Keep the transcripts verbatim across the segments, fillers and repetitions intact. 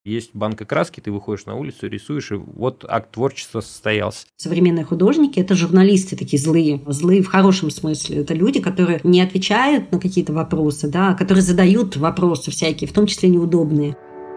Есть банка краски, ты выходишь на улицу, рисуешь, и вот акт творчества состоялся. Современные художники – это журналисты такие злые. Злые в хорошем смысле. Это люди, которые не отвечают на какие-то вопросы, да, которые задают вопросы всякие, в том числе неудобные.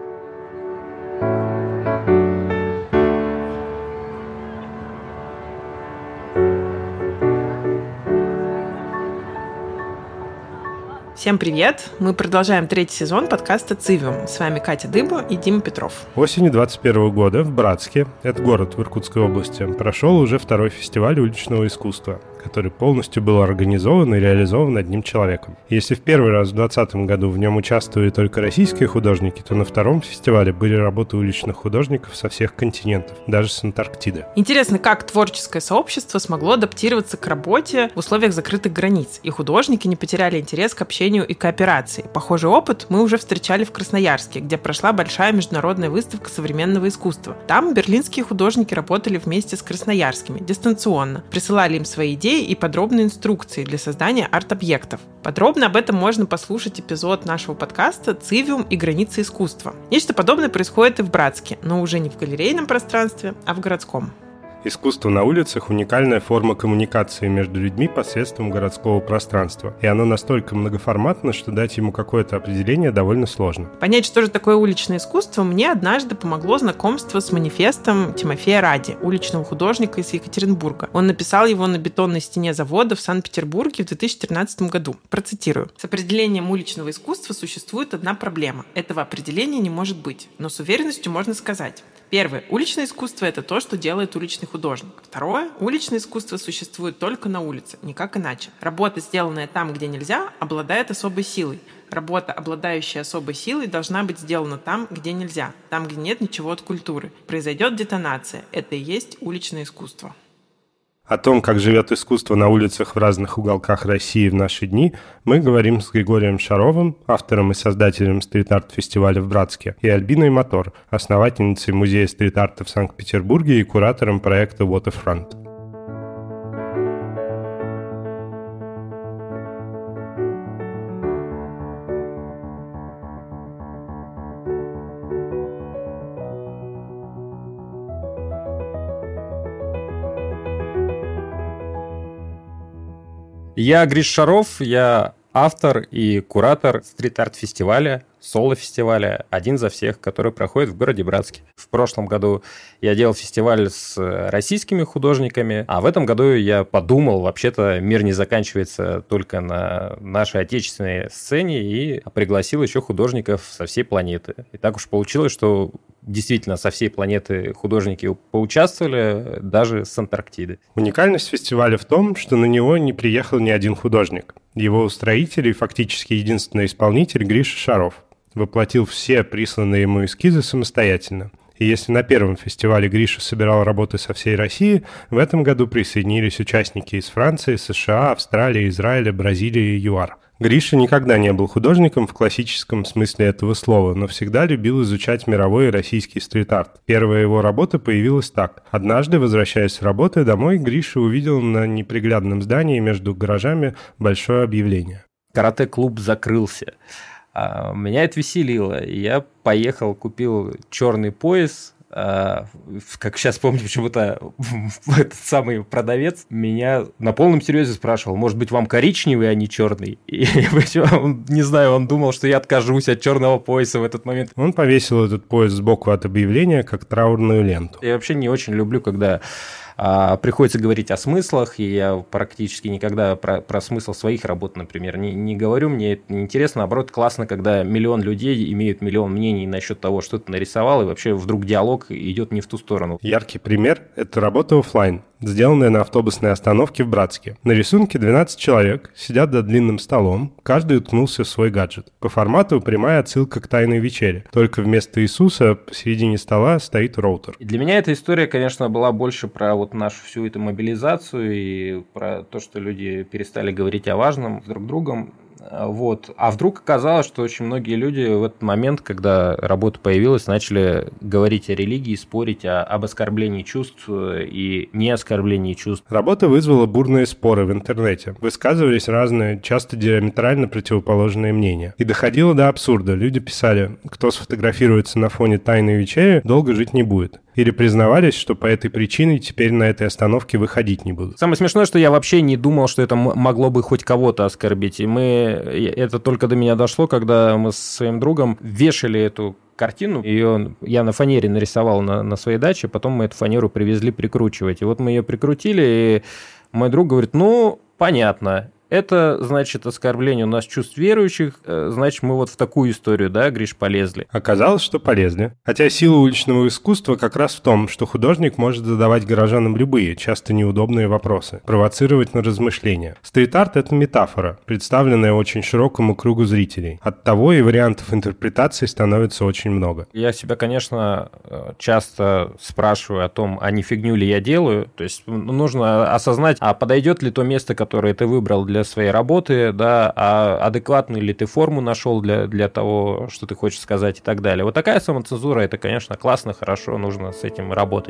Всем привет! Мы продолжаем третий сезон подкаста «Цивиум». С вами Катя Дыба и Дима Петров. Осенью двадцать первого года в Братске, это город в Иркутской области, прошел уже второй фестиваль уличного искусства, который полностью был организован и реализован одним человеком. Если в первый раз в двадцатом году в нем участвовали только российские художники, то на втором фестивале были работы уличных художников со всех континентов, даже с Антарктиды. Интересно, как творческое сообщество смогло адаптироваться к работе в условиях закрытых границ, и художники не потеряли интерес к общению и кооперации. Похожий опыт мы уже встречали в Красноярске, где прошла большая международная выставка современного искусства. Там берлинские художники работали вместе с красноярскими, дистанционно, присылали им свои идеи и подробные инструкции для создания арт-объектов. Подробно об этом можно послушать эпизод нашего подкаста «Цивиум и границы искусства». Нечто подобное происходит и в Братске, но уже не в галерейном пространстве, а в городском. Искусство на улицах – уникальная форма коммуникации между людьми посредством городского пространства. И оно настолько многоформатно, что дать ему какое-то определение довольно сложно. Понять, что же такое уличное искусство, мне однажды помогло знакомство с манифестом Тимофея Ради, уличного художника из Екатеринбурга. Он написал его на бетонной стене завода в Санкт-Петербурге в две тысячи тринадцатом году. Процитирую. «С определением уличного искусства существует одна проблема. Этого определения не может быть. Но с уверенностью можно сказать. Первое. Уличное искусство – это то, что делает уличный художник. Второе. Уличное искусство существует только на улице, никак иначе. Работа, сделанная там, где нельзя, обладает особой силой. Работа, обладающая особой силой, должна быть сделана там, где нельзя, там, где нет ничего от культуры. Произойдет детонация. Это и есть уличное искусство». О том, как живет искусство на улицах в разных уголках России в наши дни, мы говорим с Григорием Шаровым, автором и создателем стрит-арт-фестиваля в Братске, и Альбиной Мотор, основательницей музея стрит-арта в Санкт-Петербурге и куратором проекта Waterfront. Я Гриш Шаров, я автор и куратор стрит-арт-фестиваля, соло-фестиваля «Один за всех», который проходит в городе Братске. В прошлом году я делал фестиваль с российскими художниками, а в этом году я подумал, вообще-то мир не заканчивается только на нашей отечественной сцене, и пригласил еще художников со всей планеты. И так уж получилось, что действительно со всей планеты художники поучаствовали, даже с Антарктиды. Уникальность фестиваля в том, что на него не приехал ни один художник. Его устроитель и фактически единственный исполнитель Гриша Шаров воплотил все присланные ему эскизы самостоятельно. И если на первом фестивале Гриша собирал работы со всей России, в этом году присоединились участники из Франции, США, Австралии, Израиля, Бразилии и ЮАР. Гриша никогда не был художником в классическом смысле этого слова, но всегда любил изучать мировой и российский стрит-арт. Первая его работа появилась так. Однажды, возвращаясь с работы домой, Гриша увидел на неприглядном здании между гаражами большое объявление. Карате-клуб закрылся. Меня это веселило. Я поехал, купил черный пояс. Как сейчас помню, почему-то этот самый продавец меня на полном серьезе спрашивал, может быть, вам коричневый, а не черный? И он, не знаю, он думал, что я откажусь от черного пояса в этот момент. Он повесил этот пояс сбоку от объявления, как траурную ленту. Я вообще не очень люблю, когда а, приходится говорить о смыслах, и я практически никогда про, про смысл своих работ, например, не, не говорю, мне это неинтересно, наоборот, классно, когда миллион людей имеют миллион мнений насчет того, что ты нарисовал, и вообще вдруг диалог идет не в ту сторону. Яркий пример – это работа офлайн, сделанная на автобусной остановке в Братске. На рисунке двенадцать человек сидят за длинным столом, каждый уткнулся в свой гаджет. По формату прямая отсылка к «Тайной вечере», только вместо Иисуса посередине стола стоит роутер. И для меня эта история, конечно, была больше про вот нашу всю эту мобилизацию и про то, что люди перестали говорить о важном с друг другом. Вот. А вдруг оказалось, что очень многие люди в этот момент, когда работа появилась, начали говорить о религии, спорить о, об оскорблении чувств и не оскорблении чувств. Работа вызвала бурные споры в интернете. Высказывались разные, часто диаметрально противоположные мнения. И доходило до абсурда. Люди писали, кто сфотографируется на фоне тайной вечери, долго жить не будет. Или признавались, что по этой причине теперь на этой остановке выходить не будут. Самое смешное, что я вообще не думал, что это могло бы хоть кого-то оскорбить. И мы... Это только до меня дошло, когда мы с своим другом вешали эту картину. Ее я на фанере нарисовал на, на своей даче, потом мы эту фанеру привезли прикручивать. И вот мы ее прикрутили, и мой друг говорит, ну, понятно. Это, значит, оскорбление у нас чувств верующих, значит, мы вот в такую историю, да, Гриш, полезли. Оказалось, что полезли. Хотя сила уличного искусства как раз в том, что художник может задавать горожанам любые, часто неудобные вопросы, провоцировать на размышления. Стрит-арт – это метафора, представленная очень широкому кругу зрителей. Оттого и вариантов интерпретации становится очень много. Я себя, конечно, часто спрашиваю о том, а не фигню ли я делаю. То есть нужно осознать, а подойдет ли то место, которое ты выбрал для своей работы, да, а адекватную ли ты форму нашел для, для того, что ты хочешь сказать и так далее. Вот такая самоцензура, это, конечно, классно, хорошо, нужно с этим работать.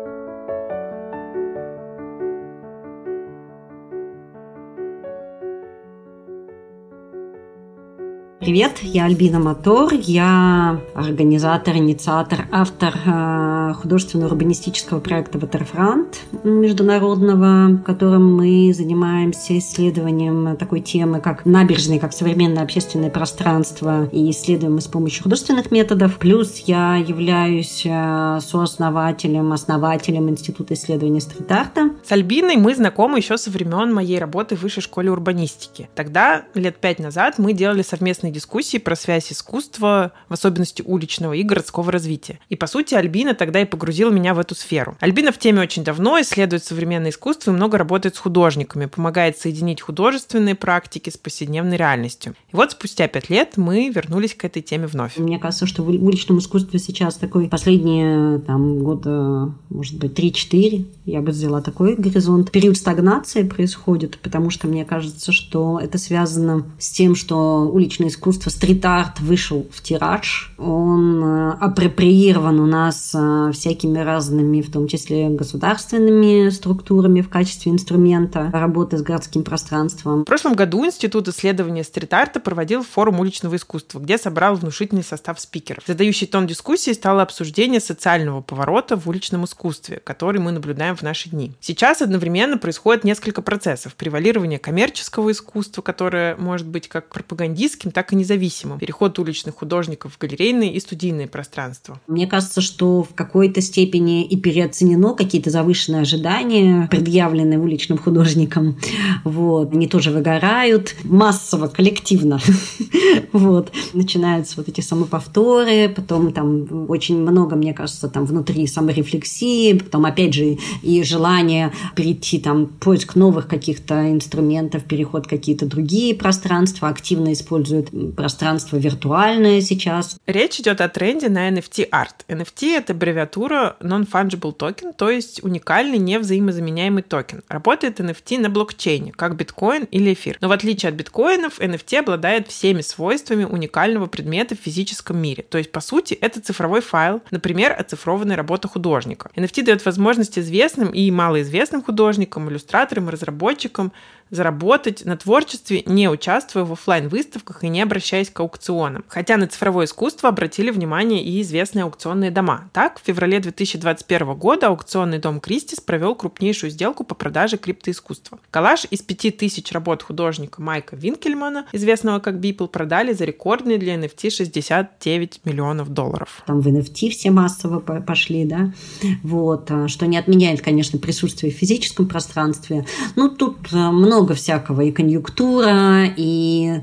Привет, я Альбина Мотор, я организатор, инициатор, автор э, художественного урбанистического проекта Waterfront международного, в котором мы занимаемся исследованием такой темы, как набережные, как современное общественное пространство, и исследуем с помощью художественных методов. Плюс я являюсь э, сооснователем, основателем Института исследования стрит-арта. С Альбиной мы знакомы еще со времен моей работы в Высшей школе урбанистики. Тогда, лет пять назад, мы делали совместные дискуссии про связь искусства, в особенности уличного и городского развития. И, по сути, Альбина тогда и погрузила меня в эту сферу. Альбина в теме очень давно, исследует современное искусство и много работает с художниками, помогает соединить художественные практики с повседневной реальностью. И вот спустя пять лет мы вернулись к этой теме вновь. Мне кажется, что в уличном искусстве сейчас такой последние там, года, может быть, три-четыре, я бы взяла такой горизонт. Период стагнации происходит, потому что мне кажется, что это связано с тем, что уличное искусство Искусство, стрит-арт вышел в тираж. Он апроприирован у нас всякими разными, в том числе государственными структурами в качестве инструмента работы с городским пространством. В прошлом году Институт исследования стрит-арта проводил форум уличного искусства, где собрал внушительный состав спикеров. Задающий тон дискуссии стало обсуждение социального поворота в уличном искусстве, который мы наблюдаем в наши дни. Сейчас одновременно происходит несколько процессов. Превалирование коммерческого искусства, которое может быть как пропагандистским, так и независимым. Переход уличных художников в галерейные и студийные пространства. Мне кажется, что в какой-то степени и переоценено какие-то завышенные ожидания, предъявленные уличным художникам. Вот. Они тоже выгорают массово, коллективно. Вот. Начинаются вот эти самоповторы, потом там очень много, мне кажется, там внутри саморефлексии, потом, опять же, и желание перейти, там, поиск новых каких-то инструментов, переход в какие-то другие пространства, активно используют пространство виртуальное сейчас. Речь идет о тренде на эн эф ти-арт. эн эф ти – это аббревиатура Non-Fungible Token, то есть уникальный невзаимозаменяемый токен. Работает эн эф ти на блокчейне, как биткоин или эфир. Но в отличие от биткоинов, эн эф ти обладает всеми свойствами уникального предмета в физическом мире. То есть, по сути, это цифровой файл, например, оцифрованная работа художника. эн эф ти дает возможность известным и малоизвестным художникам, иллюстраторам, разработчикам заработать на творчестве, не участвуя в офлайн-выставках и не обращаясь к аукционам. Хотя на цифровое искусство обратили внимание и известные аукционные дома. Так, в феврале две тысячи двадцать первого года аукционный дом Кристис провел крупнейшую сделку по продаже криптоискусства. Коллаж из пяти тысяч работ художника Майка Винкельмана, известного как Beeple, продали за рекордные для эн эф ти шестьдесят девять миллионов долларов. Там в эн эф ти все массово пошли, да, вот, что не отменяет, конечно, присутствие в физическом пространстве. Ну, тут много много всякого, и конъюнктура, и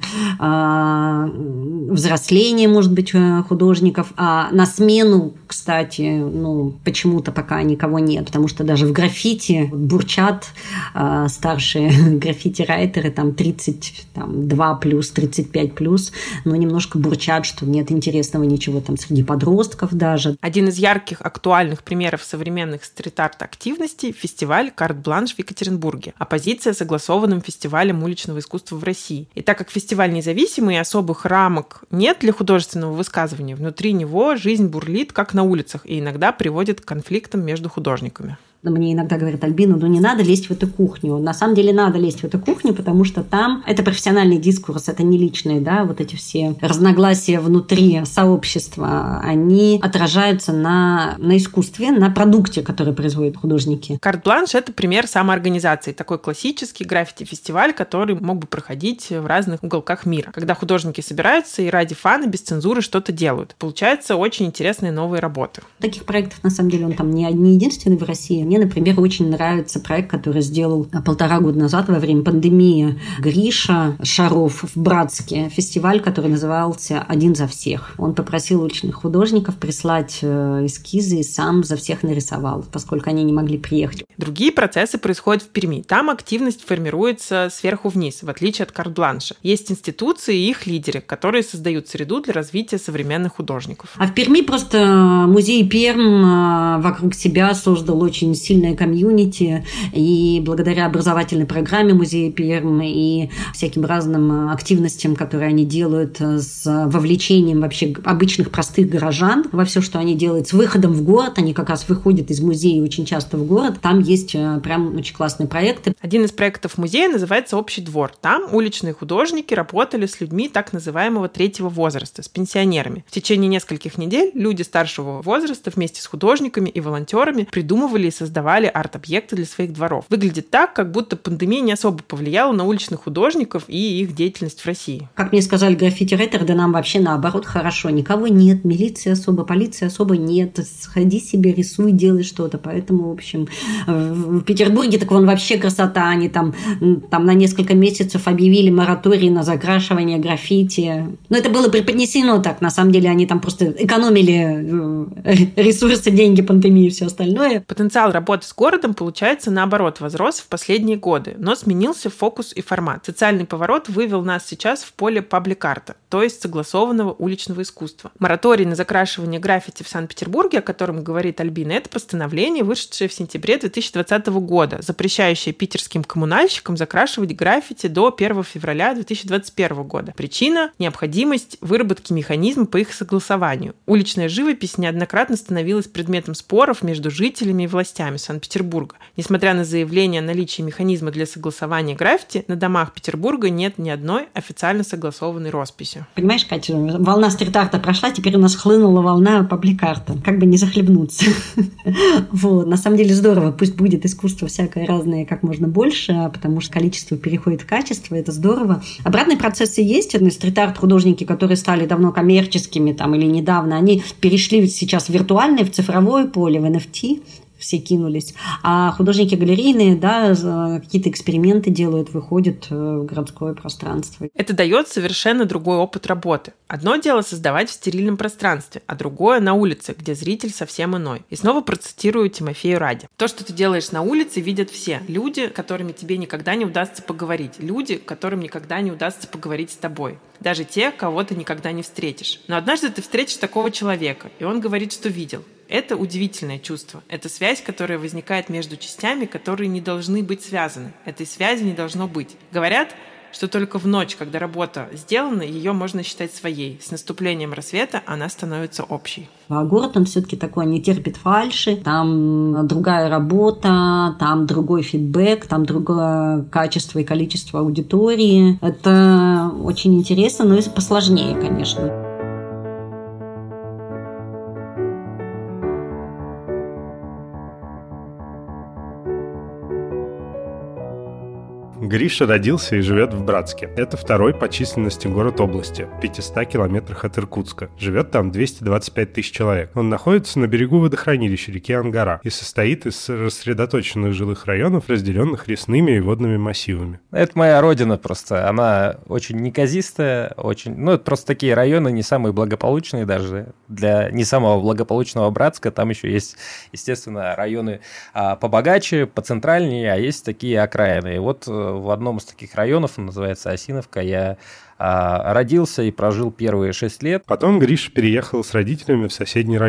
э, взросление, может быть, художников. А на смену, кстати, ну, почему-то пока никого нет, потому что даже в граффити бурчат э, старшие граффити-райтеры, там тридцать два плюс, тридцать пять плюс, но немножко бурчат, что нет интересного ничего там среди подростков даже. Один из ярких, актуальных примеров современных стрит-арт активностей – фестиваль «Карт-бланш» в Екатеринбурге. Оппозиция согласована главным фестивалем уличного искусства в России. И так как фестиваль независимый и особых рамок нет для художественного высказывания, внутри него жизнь бурлит, как на улицах, и иногда приводит к конфликтам между художниками. Мне иногда говорят: Альбина, ну не надо лезть в эту кухню. На самом деле надо лезть в эту кухню, потому что там это профессиональный дискурс, это не личные, да, вот эти все разногласия внутри сообщества, они отражаются на, на искусстве, на продукте, который производят художники. Карт-бланш – это пример самоорганизации, такой классический граффити-фестиваль, который мог бы проходить в разных уголках мира, когда художники собираются и ради фана без цензуры что-то делают. Получаются очень интересные новые работы. Таких проектов, на самом деле, он там не, не единственный в России. Мне, например, очень нравится проект, который сделал полтора года назад во время пандемии Гриша Шаров в Братске. Фестиваль, который назывался «Один за всех». Он попросил уличных художников прислать эскизы и сам за всех нарисовал, поскольку они не могли приехать. Другие процессы происходят в Перми. Там активность формируется сверху вниз, в отличие от карт-бланша. Есть институции и их лидеры, которые создают среду для развития современных художников. А в Перми просто музей Перм вокруг себя создал очень сильное комьюнити, и благодаря образовательной программе музея Перм и всяким разным активностям, которые они делают с вовлечением вообще обычных простых горожан во все, что они делают, с выходом в город, они как раз выходят из музея очень часто в город, там есть прям очень классные проекты. Один из проектов музея называется «Общий двор». Там уличные художники работали с людьми так называемого третьего возраста, с пенсионерами. В течение нескольких недель люди старшего возраста вместе с художниками и волонтерами придумывали и создавали создавали арт-объекты для своих дворов. Выглядит так, как будто пандемия не особо повлияла на уличных художников и их деятельность в России. Как мне сказали граффити-райтеры, да нам вообще наоборот хорошо. Никого нет, милиции особо, полиции особо нет. Сходи себе, рисуй, делай что-то. Поэтому, в общем, в Петербурге так вон вообще красота. Они там, там на несколько месяцев объявили мораторий на закрашивание граффити. Но это было преподнесено так. На самом деле они там просто экономили ресурсы, деньги, пандемии и все остальное. Потенциал работы с городом, получается, наоборот, возрос в последние годы, но сменился фокус и формат. Социальный поворот вывел нас сейчас в поле паблик-арта, то есть согласованного уличного искусства. Мораторий на закрашивание граффити в Санкт-Петербурге, о котором говорит Альбина, это постановление, вышедшее в сентябре две тысячи двадцатого года, запрещающее питерским коммунальщикам закрашивать граффити до первого февраля две тысячи двадцать первого года. Причина – необходимость выработки механизма по их согласованию. Уличная живопись неоднократно становилась предметом споров между жителями и властями Санкт-Петербурга. Несмотря на заявление о наличии механизма для согласования граффити, на домах Петербурга нет ни одной официально согласованной росписи. Понимаешь, Катя, волна стрит-арта прошла, теперь у нас хлынула волна паблик-арта. Как бы не захлебнуться. Вот. На самом деле здорово. Пусть будет искусство всякое разное как можно больше, потому что количество переходит в качество. Это здорово. Обратные процессы есть. Стрит-арт художники, которые стали давно коммерческими там, или недавно, они перешли сейчас в виртуальное, в цифровое поле, в эн эф ти. Все кинулись. А художники галерейные, да, какие-то эксперименты делают, выходят в городское пространство. Это дает совершенно другой опыт работы. Одно дело создавать в стерильном пространстве, а другое на улице, где зритель совсем иной. И снова процитирую Тимофею Ради. То, что ты делаешь на улице, видят все. Люди, которыми тебе никогда не удастся поговорить. Люди, которым никогда не удастся поговорить с тобой. Даже те, кого ты никогда не встретишь. Но однажды ты встретишь такого человека, и он говорит, что видел. Это удивительное чувство. Это связь, которая возникает между частями, которые не должны быть связаны. Этой связи не должно быть. Говорят, что только в ночь, когда работа сделана, ее можно считать своей. С наступлением рассвета она становится общей. А город, он все-таки такой, не терпит фальши. Там другая работа, там другой фидбэк, там другое качество и количество аудитории. Это очень интересно, но и посложнее, конечно. Гриша родился и живет в Братске. Это второй по численности город области, в пятистах километрах от Иркутска. Живет там двести двадцать пять тысяч человек. Он находится на берегу водохранилища реки Ангара и состоит из рассредоточенных жилых районов, разделенных лесными и водными массивами. Это моя родина просто. Она очень неказистая, очень... Ну, это просто такие районы, не самые благополучные даже. Для не самого благополучного Братска там еще есть, естественно, районы а, побогаче, поцентральнее, а есть такие окраины. И вот в одном из таких районов, он называется Осиновка, я а, родился и прожил первые шесть лет. Потом Гриша переехал с родителями в соседний район.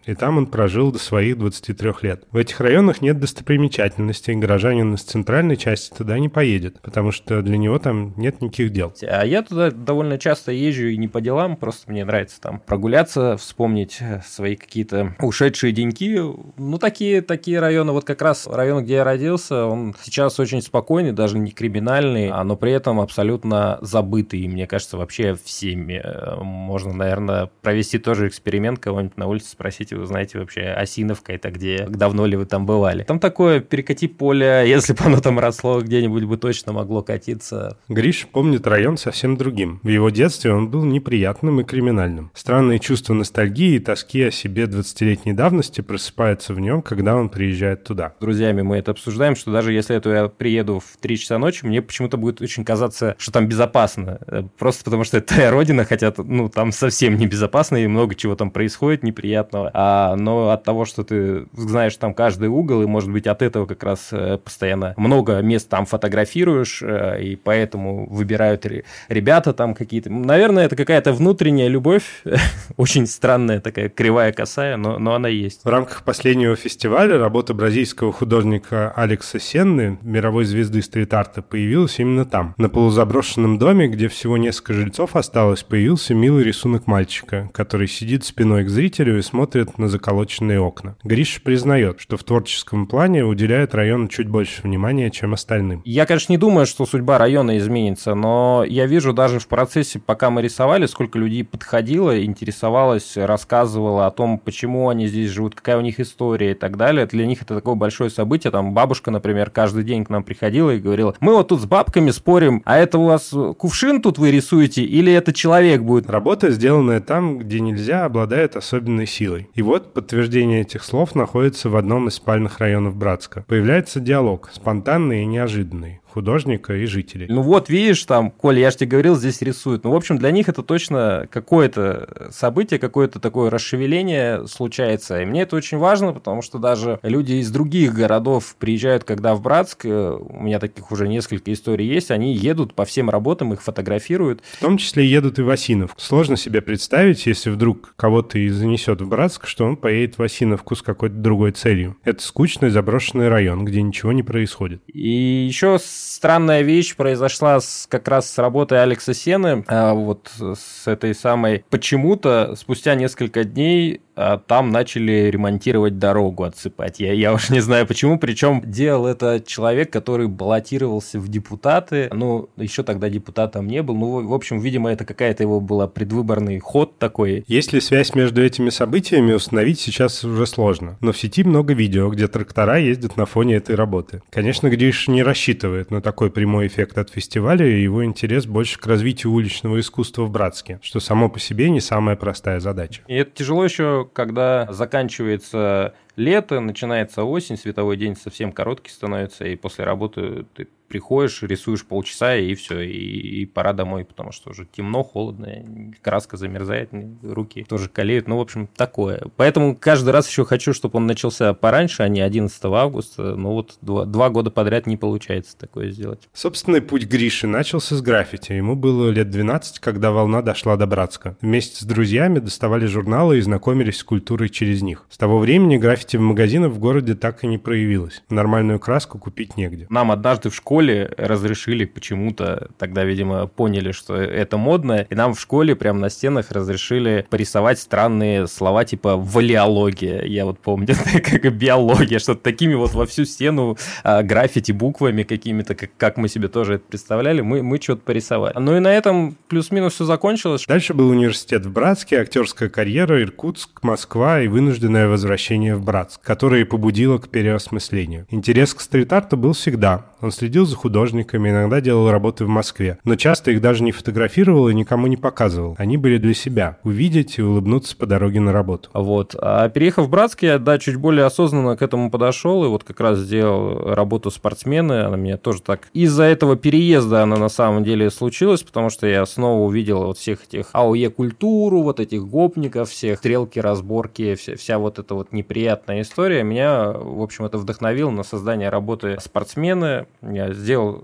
и там он прожил до своих двадцати трёх лет. В этих районах нет достопримечательностей, горожанин из центральной части туда не поедет, потому что для него там нет никаких дел. А я туда довольно часто езжу и не по делам, просто мне нравится там прогуляться, вспомнить свои какие-то ушедшие деньки. Ну, такие, такие районы, вот как раз район, где я родился, он сейчас очень спокойный, даже не криминальный, но при этом абсолютно забытый. И мне кажется, вообще всеми можно, наверное, провести тоже эксперимент, кого-нибудь на улице спросить, вы знаете вообще, Осиновка это где, давно ли вы там бывали. Там такое перекати поле, если бы оно там росло, где-нибудь бы точно могло катиться. Гриш помнит район совсем другим. В его детстве он был неприятным и криминальным. Странные чувства ностальгии и тоски о себе двадцатилетней давности просыпаются в нем, когда он приезжает туда. С друзьями мы это обсуждаем, что даже если это я приеду в три часа ночи, мне почему-то будет очень казаться, что там безопасно. Просто потому что это твоя родина, хотя ну, там совсем небезопасно, и много чего там происходит неприятного. А, но от того, что ты знаешь там каждый угол, и, может быть, от этого как раз постоянно много мест там фотографируешь, и поэтому выбирают ребята там какие-то. Наверное, это какая-то внутренняя любовь, очень странная такая, кривая, косая, но, но она есть. В рамках последнего фестиваля работа бразильского художника Алекса Сенны, мировой звезды стрит-арта, появилась именно там. На полузаброшенном доме, где всего несколько жильцов осталось, появился милый рисунок мальчика, который сидит спиной к зрителю и смотрит на заколоченные окна. Гриша признает, что в творческом плане уделяет району чуть больше внимания, чем остальным. Я, конечно, не думаю, что судьба района изменится, но я вижу даже в процессе, пока мы рисовали, сколько людей подходило, интересовалось, рассказывало о том, почему они здесь живут, какая у них история и так далее. Для них это такое большое событие. Там бабушка, например, каждый день к нам приходила и говорила: мы вот тут с бабками спорим, а это у вас кувшин тут вы рисуете или это человек будет? Работа, сделанная там, где нельзя, обладает особенной силой. И вот подтверждение этих слов находится в одном из спальных районов Братска. Появляется диалог, спонтанный и неожиданный, художника и жителей. Ну вот, видишь, там, Коля, я же тебе говорил, здесь рисуют. Ну, в общем, для них это точно какое-то событие, какое-то такое расшевеление случается. И мне это очень важно, потому что даже люди из других городов приезжают, когда в Братск, у меня таких уже несколько историй есть, они едут по всем работам, их фотографируют. В том числе едут и в Осиновку. Сложно себе представить, если вдруг кого-то и занесет в Братск, что он поедет в Осиновку с какой-то другой целью. Это скучный заброшенный район, где ничего не происходит. И еще странная вещь произошла с, как раз с работой Алекса Сенны, а, вот с этой самой. Почему-то спустя несколько дней а, там начали ремонтировать дорогу, отсыпать. Я, я уж не знаю почему, причем делал это человек, который баллотировался в депутаты. Ну, еще тогда депутатом не был. Ну, в общем, видимо, это какая-то его была предвыборный ход такой. Есть ли связь между этими событиями, установить сейчас уже сложно. Но в сети много видео, где трактора ездят на фоне этой работы. Конечно, Гриш не рассчитывает на такой прямой эффект от фестиваля, и его интерес больше к развитию уличного искусства в Братске, что само по себе не самая простая задача. И это тяжело еще, когда заканчивается лето, начинается осень, световой день совсем короткий становится, и после работы ты приходишь, рисуешь полчаса, и все, и, и пора домой, потому что уже темно, холодно, краска замерзает, руки тоже колеют, ну, в общем, такое. Поэтому каждый раз еще хочу, чтобы он начался пораньше, а не одиннадцатого августа, но вот два, два года подряд не получается такое сделать. Собственный путь Гриши начался с граффити. Ему было лет двенадцать, когда волна дошла до Братска. Вместе с друзьями доставали журналы и знакомились с культурой через них. С того времени граффити в магазинах в городе так и не проявилось. Нормальную краску купить негде. Нам однажды в школе разрешили почему-то, тогда, видимо, поняли, что это модно, и нам в школе прямо на стенах разрешили порисовать странные слова типа «валеология». Я вот помню, как и биология, что-то такими вот во всю стену а, граффити буквами какими-то, как, как мы себе тоже это представляли, мы, мы что-то порисовали. Ну и на этом плюс-минус все закончилось. Дальше был университет в Братске, актерская карьера, Иркутск, Москва и вынужденное возвращение в Братск, которое побудило к переосмыслению. Интерес к стрит-арту был всегда. Он следил за художниками, иногда делал работы в Москве, но часто их даже не фотографировал и никому не показывал. Они были для себя – увидеть и улыбнуться по дороге на работу. Вот. А переехав в Братск, я, да, чуть более осознанно к этому подошел, и вот как раз сделал работу спортсмены, она меня тоже так... Из-за этого переезда она на самом деле случилась, потому что я снова увидел вот всех этих АОЕ-культуру, вот этих гопников, всех стрелки, разборки, вся, вся вот эта вот неприятная история. Меня, в общем, это вдохновило на создание работы спортсмены. Я сделал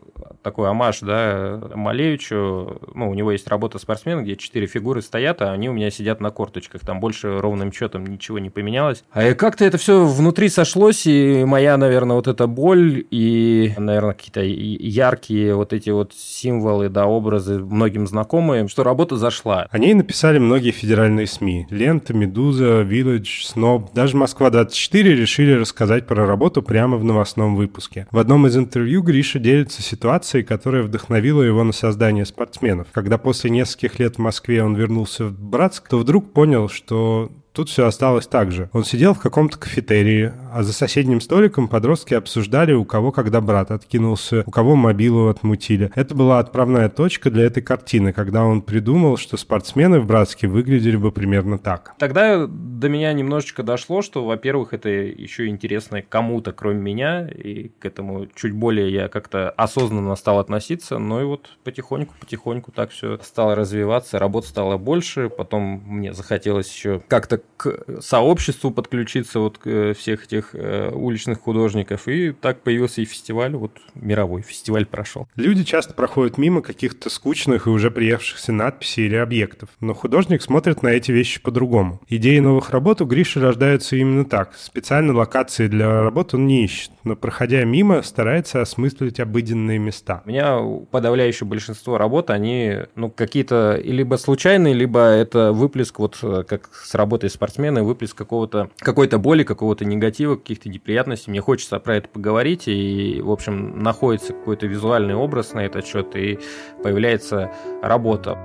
такой омаж, да, Малевичу. Ну, у него есть работа спортсмена, где четыре фигуры стоят, а они у меня сидят на корточках. Там больше ровным счетом ничего не поменялось. А как-то это все внутри сошлось, и моя, наверное, вот эта боль, и, наверное, какие-то яркие вот эти вот символы, да, образы многим знакомые, что работа зашла. О ней написали многие федеральные СМИ. Лента, Медуза, Village, Сноб. Даже Москва двадцать четыре решили рассказать про работу прямо в новостном выпуске. В одном из интервью Гриша делится ситуацией, которая вдохновила его на создание «Спортсменов». Когда после нескольких лет в Москве он вернулся в Братск, то вдруг понял, что тут все осталось так же. Он сидел в каком-то кафетерии, а за соседним столиком подростки обсуждали, у кого когда брат откинулся, у кого мобилу отмутили. Это была отправная точка для этой картины, когда он придумал, что спортсмены в Братске выглядели бы примерно так. Тогда до меня немножечко дошло, что, во-первых, это еще интересно кому-то, кроме меня, и к этому чуть более я как-то осознанно стал относиться, но и вот потихоньку-потихоньку так все стало развиваться, работы стало больше, потом мне захотелось еще как-то к сообществу подключиться вот к всех этих уличных художников, и так появился и фестиваль, вот мировой фестиваль прошел. Люди часто проходят мимо каких-то скучных и уже приевшихся надписей или объектов, но художник смотрит на эти вещи по-другому. Идеи новых работ у Гриши рождаются именно так. Специально локации для работ он не ищет, но, проходя мимо, старается осмыслить обыденные места. У меня подавляющее большинство работ, они ну, какие-то либо случайные, либо это выплеск, вот как с работой спортсмена, выплеск какого-то, какой-то боли, какого-то негатива, каких-то неприятностей. Мне хочется про это поговорить, и, в общем, находится какой-то визуальный образ на этот счет, и появляется работа.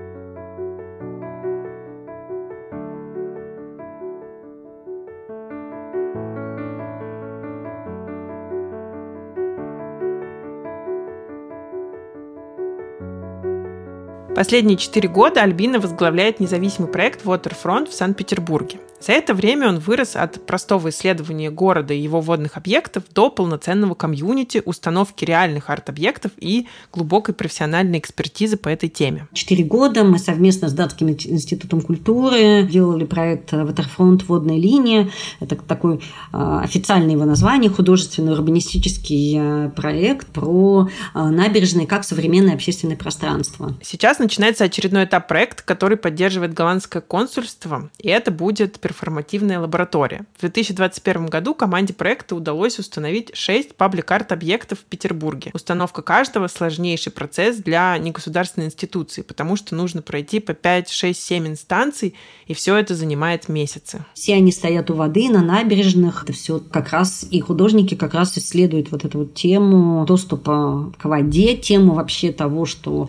Последние четыре года Альбина возглавляет независимый проект Waterfront в Санкт-Петербурге. За это время он вырос от простого исследования города и его водных объектов до полноценного комьюнити, установки реальных арт-объектов и глубокой профессиональной экспертизы по этой теме. Четыре года мы совместно с Датским институтом культуры делали проект Waterfront «Водная линия». Это такой официальное его название, художественный урбанистический проект про набережные как современное общественное пространство. Сейчас начинается очередной этап проекта, который поддерживает голландское консульство, и это будет перформативная лаборатория. В две тысячи двадцать первом году команде проекта удалось установить шесть паблик-арт-объектов в Петербурге. Установка каждого – сложнейший процесс для негосударственной институции, потому что нужно пройти по пять, шесть, семь инстанций, и все это занимает месяцы. Все они стоят у воды, на набережных. Это все как раз, и художники как раз исследуют вот эту вот тему доступа к воде, тему вообще того, что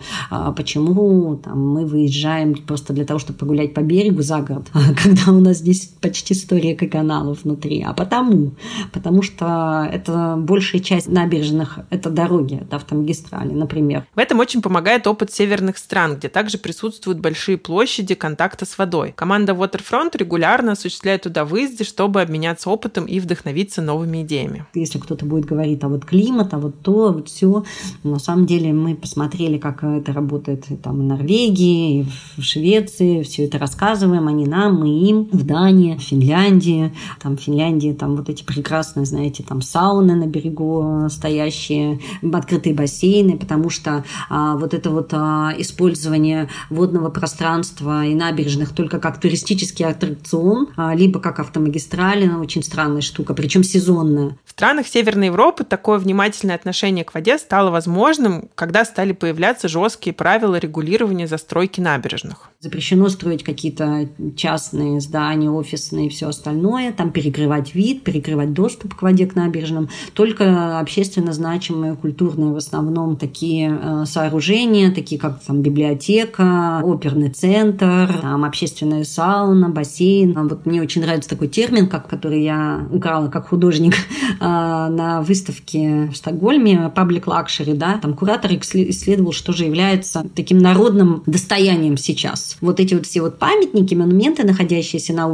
почему там, мы выезжаем просто для того, чтобы погулять по берегу за город, когда у нас здесь почти сто рек и каналов внутри, а потому, потому что это большая часть набережных, это дороги, это автомагистрали, например. В этом очень помогает опыт северных стран, где также присутствуют большие площади контакта с водой. Команда Waterfront регулярно осуществляет туда выезды, чтобы обменяться опытом и вдохновиться новыми идеями. Если кто-то будет говорить, а вот климат, а вот то, вот все, на самом деле мы посмотрели, как это работает там в Норвегии, в Швеции, все это рассказываем, они нам, мы им, в Дании, в Финляндии. Там в Финляндии там вот эти прекрасные, знаете, там сауны на берегу стоящие, открытые бассейны, потому что а, вот это вот а, использование водного пространства и набережных только как туристический аттракцион, а, либо как автомагистрали, ну, очень странная штука, причем сезонная. В странах Северной Европы такое внимательное отношение к воде стало возможным, когда стали появляться жесткие правила регулирования застройки набережных. Запрещено строить какие-то частные здания, офисные и все остальное, там перекрывать вид, перекрывать доступ к воде, к набережным. Только общественно значимые, культурные в основном такие э, сооружения, такие как там библиотека, оперный центр, там общественная сауна, бассейн. Вот мне очень нравится такой термин, как, который я украла как художник э, на выставке в Стокгольме, public luxury, да, там куратор исследовал, что же является таким народным достоянием сейчас. Вот эти вот все вот памятники, монументы, находящиеся на улице,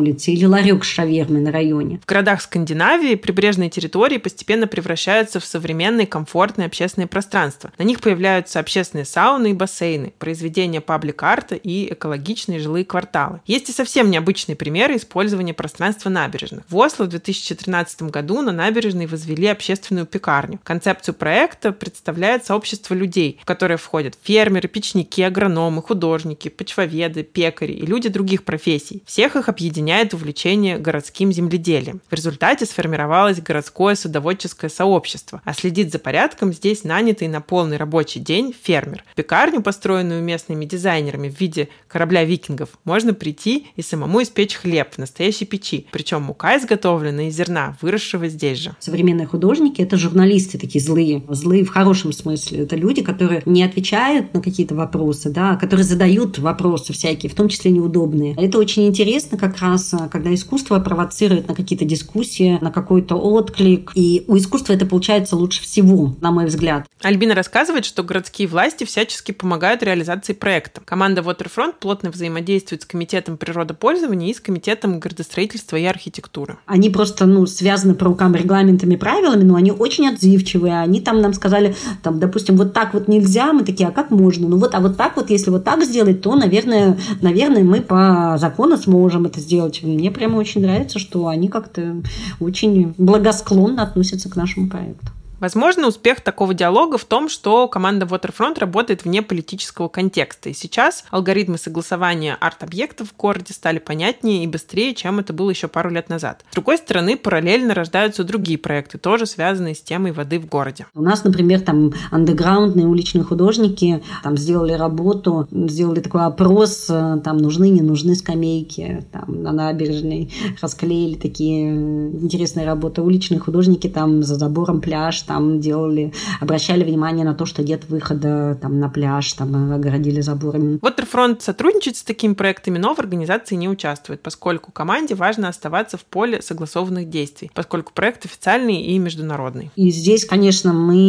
улице или ларек с шавермой на районе. В городах Скандинавии прибрежные территории постепенно превращаются в современные комфортные общественные пространства. На них появляются общественные сауны и бассейны, произведения паблик-арта и экологичные жилые кварталы. Есть и совсем необычные примеры использования пространства набережных. В Осло в две тысячи тринадцатом году на набережной возвели общественную пекарню. Концепцию проекта представляет сообщество людей, в которое входят фермеры, печники, агрономы, художники, почвоведы, пекари и люди других профессий. Всех их объединяет увлечение городским земледелием. В результате сформировалось городское садоводческое сообщество, а следит за порядком здесь нанятый на полный рабочий день фермер. В пекарню, построенную местными дизайнерами в виде корабля викингов, можно прийти и самому испечь хлеб в настоящей печи, причем мука изготовлена из зерна, выросшего здесь же. Современные художники – это журналисты такие злые, злые в хорошем смысле. Это люди, которые не отвечают на какие-то вопросы, да, которые задают вопросы всякие, в том числе неудобные. Это очень интересно как раз, когда искусство провоцирует на какие-то дискуссии, на какой-то отклик. И у искусства это получается лучше всего, на мой взгляд. Альбина рассказывает, что городские власти всячески помогают реализации проекта. Команда Waterfront плотно взаимодействует с Комитетом природопользования и с Комитетом градостроительства и архитектуры. Они просто ну, связаны по рукам регламентами, правилами, но они очень отзывчивые. Они там нам сказали, там, допустим, вот так вот нельзя. Мы такие, а как можно? Ну вот, а вот так вот, если вот так сделать, то, наверное, наверное, мы по закону сможем это сделать. Мне прямо очень нравится, что они как-то очень благосклонно относятся к нашему проекту. Возможно, успех такого диалога в том, что команда Waterfront работает вне политического контекста. И сейчас алгоритмы согласования арт-объектов в городе стали понятнее и быстрее, чем это было еще пару лет назад. С другой стороны, параллельно рождаются другие проекты, тоже связанные с темой воды в городе. У нас, например, там андеграундные уличные художники там сделали работу, сделали такой опрос, там нужны, не нужны скамейки там, на набережной, расклеили такие интересные работы. Уличные художники там за забором пляж, там делали, обращали внимание на то, что нет выхода там, на пляж, там огородили заборами. Waterfront сотрудничает с такими проектами, но в организации не участвует, поскольку команде важно оставаться в поле согласованных действий, поскольку проект официальный и международный. И здесь, конечно,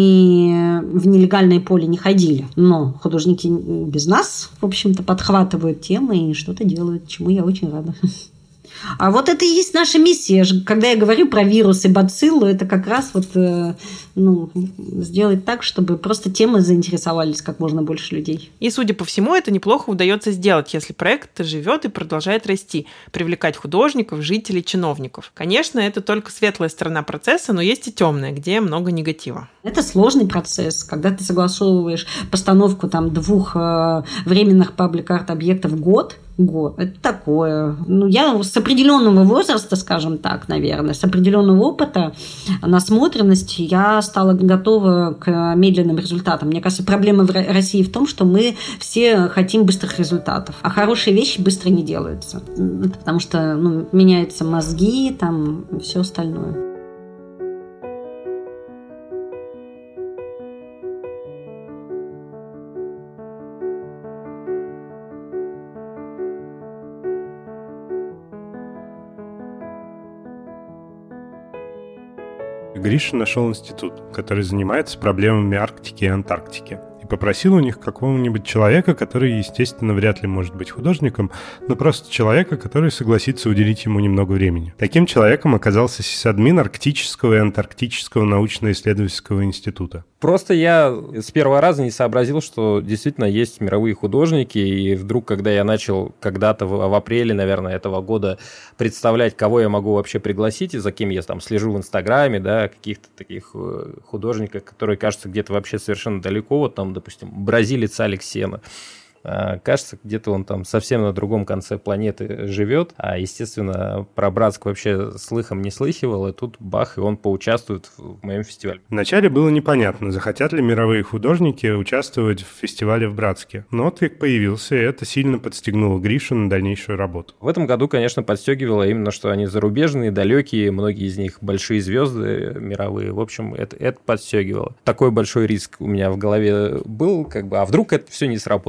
мы в нелегальное поле не ходили, но художники без нас, в общем-то, подхватывают темы и что-то делают, чему я очень рада. А вот это и есть наша миссия. Когда я говорю про вирус и бациллу, это как раз вот, ну, сделать так, чтобы просто темы заинтересовались как можно больше людей. И, судя по всему, это неплохо удается сделать, если проект живет и продолжает расти, привлекать художников, жителей, чиновников. Конечно, это только светлая сторона процесса, но есть и темная, где много негатива. Это сложный процесс, когда ты согласовываешь постановку там, двух э, временных паблик-арт-объектов в год, год. Это такое. Ну, я с определенного возраста, скажем так, наверное, с определенного опыта, насмотренности, я стала готова к медленным результатам. Мне кажется, проблема в России в том, что мы все хотим быстрых результатов, а хорошие вещи быстро не делаются. Это потому что ну, меняются мозги, там, все остальное. Гриша нашел институт, который занимается проблемами Арктики и Антарктики, и попросил у них какого-нибудь человека, который, естественно, вряд ли может быть художником, но просто человека, который согласится уделить ему немного времени. Таким человеком оказался сисадмин Арктического и Антарктического научно-исследовательского института. Просто я с первого раза не сообразил, что действительно есть мировые художники, и вдруг, когда я начал когда-то в, в апреле, наверное, этого года представлять, кого я могу вообще пригласить, и за кем я там слежу в Инстаграме, да, каких-то таких художников, которые кажутся где-то вообще совершенно далеко, вот там, допустим, бразилец Алекс Сена. Кажется, где-то он там совсем на другом конце планеты живет, а, естественно, про Братск вообще слыхом не слыхивал, и тут бах, и он поучаствует в моем фестивале. Вначале было непонятно, захотят ли мировые художники участвовать в фестивале в Братске, но отклик появился, и это сильно подстегнуло Гришу на дальнейшую работу. В этом году, конечно, подстегивало именно, что они зарубежные, далекие, многие из них большие звезды мировые, в общем, это, это подстегивало. Такой большой риск у меня в голове был, как бы, а вдруг это все не сработает, вдруг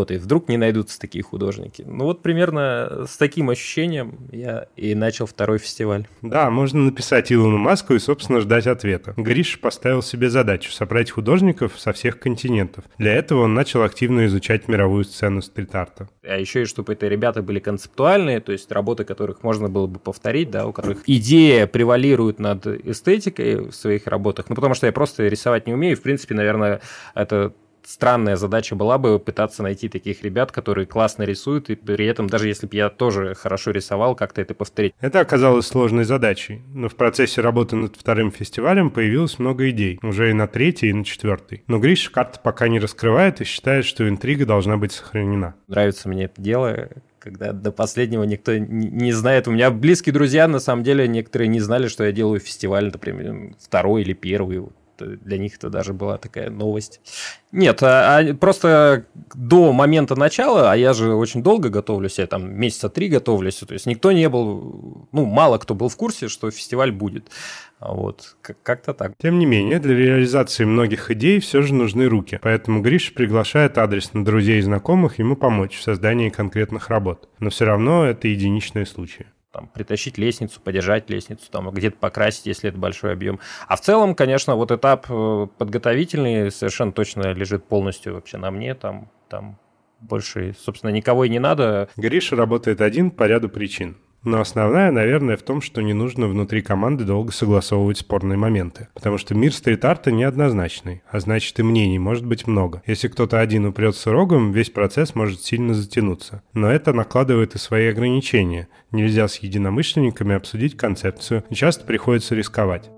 вдруг не найдутся такие художники. Ну вот примерно с таким ощущением я и начал второй фестиваль. Да, можно написать Илону Маску и, собственно, ждать ответа. Гриша поставил себе задачу собрать художников со всех континентов. Для этого он начал активно изучать мировую сцену стрит-арта. А еще и чтобы это ребята были концептуальные, то есть работы, которых можно было бы повторить, да, у которых идея превалирует над эстетикой в своих работах. Ну, потому что я просто рисовать не умею. В принципе, наверное, это странная задача была бы пытаться найти таких ребят, которые классно рисуют, и при этом, даже если бы я тоже хорошо рисовал, как-то это повторить. Это оказалось сложной задачей, но в процессе работы над вторым фестивалем появилось много идей, уже и на третий, и на четвертый. Но Гриша карты пока не раскрывает и считает, что интрига должна быть сохранена. Нравится мне это дело, когда до последнего никто не знает. У меня близкие друзья, на самом деле, некоторые не знали, что я делаю фестиваль, например, второй или первый. Для них это даже была такая новость. Нет, а, а просто до момента начала, а я же очень долго готовлюсь, я там месяца три готовлюсь, то есть никто не был, ну, мало кто был в курсе, что фестиваль будет. Вот, как-то так. Тем не менее, для реализации многих идей все же нужны руки, поэтому Гриша приглашает адресно друзей и знакомых ему помочь в создании конкретных работ. Но все равно это единичные случаи. Там, притащить лестницу, подержать лестницу, там, где-то покрасить, если это большой объем. А в целом, конечно, вот этап подготовительный совершенно точно лежит полностью вообще на мне. Там, там больше, собственно, никого и не надо. Гриша работает один по ряду причин. Но основная, наверное, в том, что не нужно внутри команды долго согласовывать спорные моменты. Потому что мир стрит-арта неоднозначный, а значит и мнений может быть много. Если кто-то один упрется рогом, весь процесс может сильно затянуться. Но это накладывает и свои ограничения. Нельзя с единомышленниками обсудить концепцию, и часто приходится рисковать.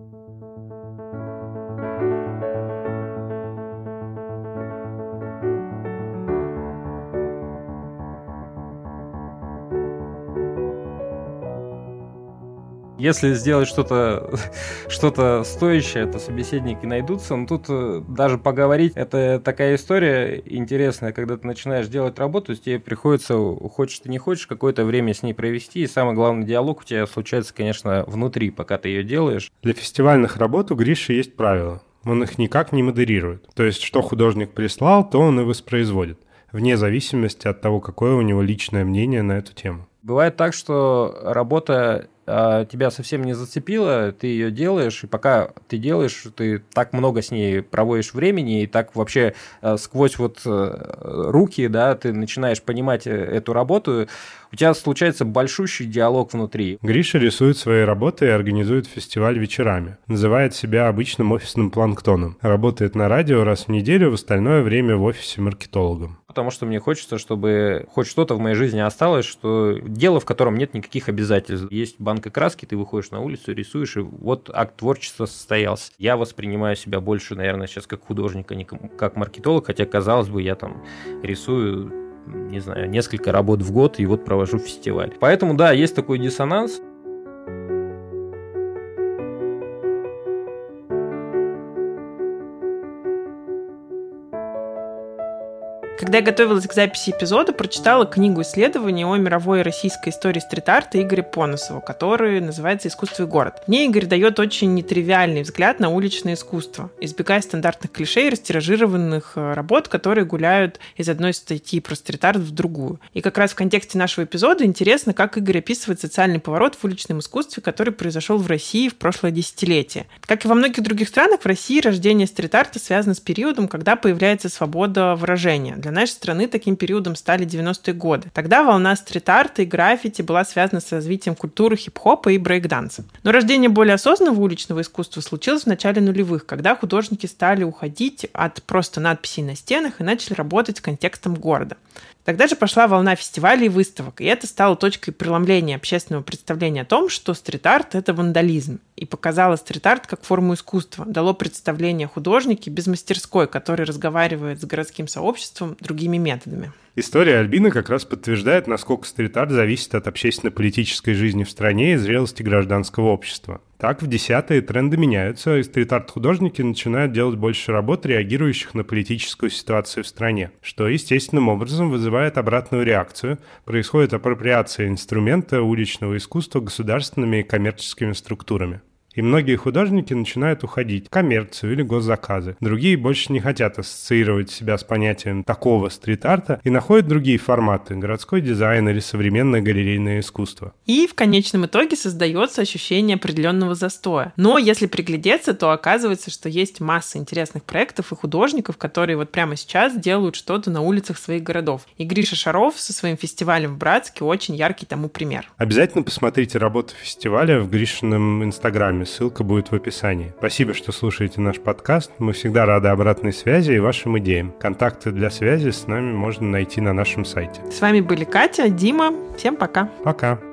Если сделать что-то что-то стоящее, то собеседники найдутся. Но тут даже поговорить, это такая история интересная, когда ты начинаешь делать работу, тебе приходится, хочешь ты не хочешь, какое-то время с ней провести, и самый главный диалог у тебя случается, конечно, внутри, пока ты ее делаешь. Для фестивальных работ у Гриши есть правила. Он их никак не модерирует. То есть, что художник прислал, то он и воспроизводит, вне зависимости от того, какое у него личное мнение на эту тему. Бывает так, что работа тебя совсем не зацепила, ты ее делаешь, и пока ты делаешь, ты так много с ней проводишь времени, и так вообще сквозь вот руки, да, ты начинаешь понимать эту работу, у тебя случается большущий диалог внутри. Гриша рисует свои работы и организует фестиваль вечерами. Называет себя обычным офисным планктоном. Работает на радио раз в неделю, в остальное время в офисе маркетологом. Потому что мне хочется, чтобы хоть что-то в моей жизни осталось, что дело, в котором нет никаких обязательств. Есть банка краски, ты выходишь на улицу, рисуешь, и вот акт творчества состоялся. Я воспринимаю себя больше, наверное, сейчас как художник, а не как маркетолог, хотя, казалось бы, я там рисую, не знаю, несколько работ в год и вот провожу фестиваль. Поэтому, да, есть такой диссонанс. Когда я готовилась к записи эпизода, прочитала книгу исследований о мировой и российской истории стрит-арта Игоря Поносова, который называется «Искусство и город». В ней Игорь дает очень нетривиальный взгляд на уличное искусство, избегая стандартных клише и растиражированных работ, которые гуляют из одной статьи про стрит-арт в другую. И как раз в контексте нашего эпизода интересно, как Игорь описывает социальный поворот в уличном искусстве, который произошел в России в прошлое десятилетие. Как и во многих других странах, в России рождение стрит-арта связано с периодом, когда появляется свобода выражения. Для нашей страны таким периодом стали девяностые годы. Тогда волна стрит-арта и граффити была связана с развитием культуры хип-хопа и брейк-данса. Но рождение более осознанного уличного искусства случилось в начале нулевых, когда художники стали уходить от просто надписей на стенах и начали работать с контекстом города. Тогда же пошла волна фестивалей и выставок, и это стало точкой преломления общественного представления о том, что стрит-арт – это вандализм, и показало стрит-арт как форму искусства, дало представление о художнике без мастерской, который разговаривает с городским сообществом другими методами. История Альбины как раз подтверждает, насколько стрит-арт зависит от общественно-политической жизни в стране и зрелости гражданского общества. Так, в десятые тренды меняются, и стрит-арт-художники начинают делать больше работ, реагирующих на политическую ситуацию в стране, что естественным образом вызывает обратную реакцию. Происходит апроприация инструмента уличного искусства государственными и коммерческими структурами. И многие художники начинают уходить в коммерцию или госзаказы. Другие больше не хотят ассоциировать себя с понятием такого стрит-арта и находят другие форматы – городской дизайн или современное галерейное искусство. И в конечном итоге создается ощущение определенного застоя. Но если приглядеться, то оказывается, что есть масса интересных проектов и художников, которые вот прямо сейчас делают что-то на улицах своих городов. И Гриша Шаров со своим фестивалем в Братске очень яркий тому пример. Обязательно посмотрите работу фестиваля в Гришином инстаграме. Ссылка будет в описании. Спасибо, что слушаете наш подкаст. Мы всегда рады обратной связи и вашим идеям. Контакты для связи с нами можно найти на нашем сайте. С вами были Катя, Дима. Всем пока. Пока.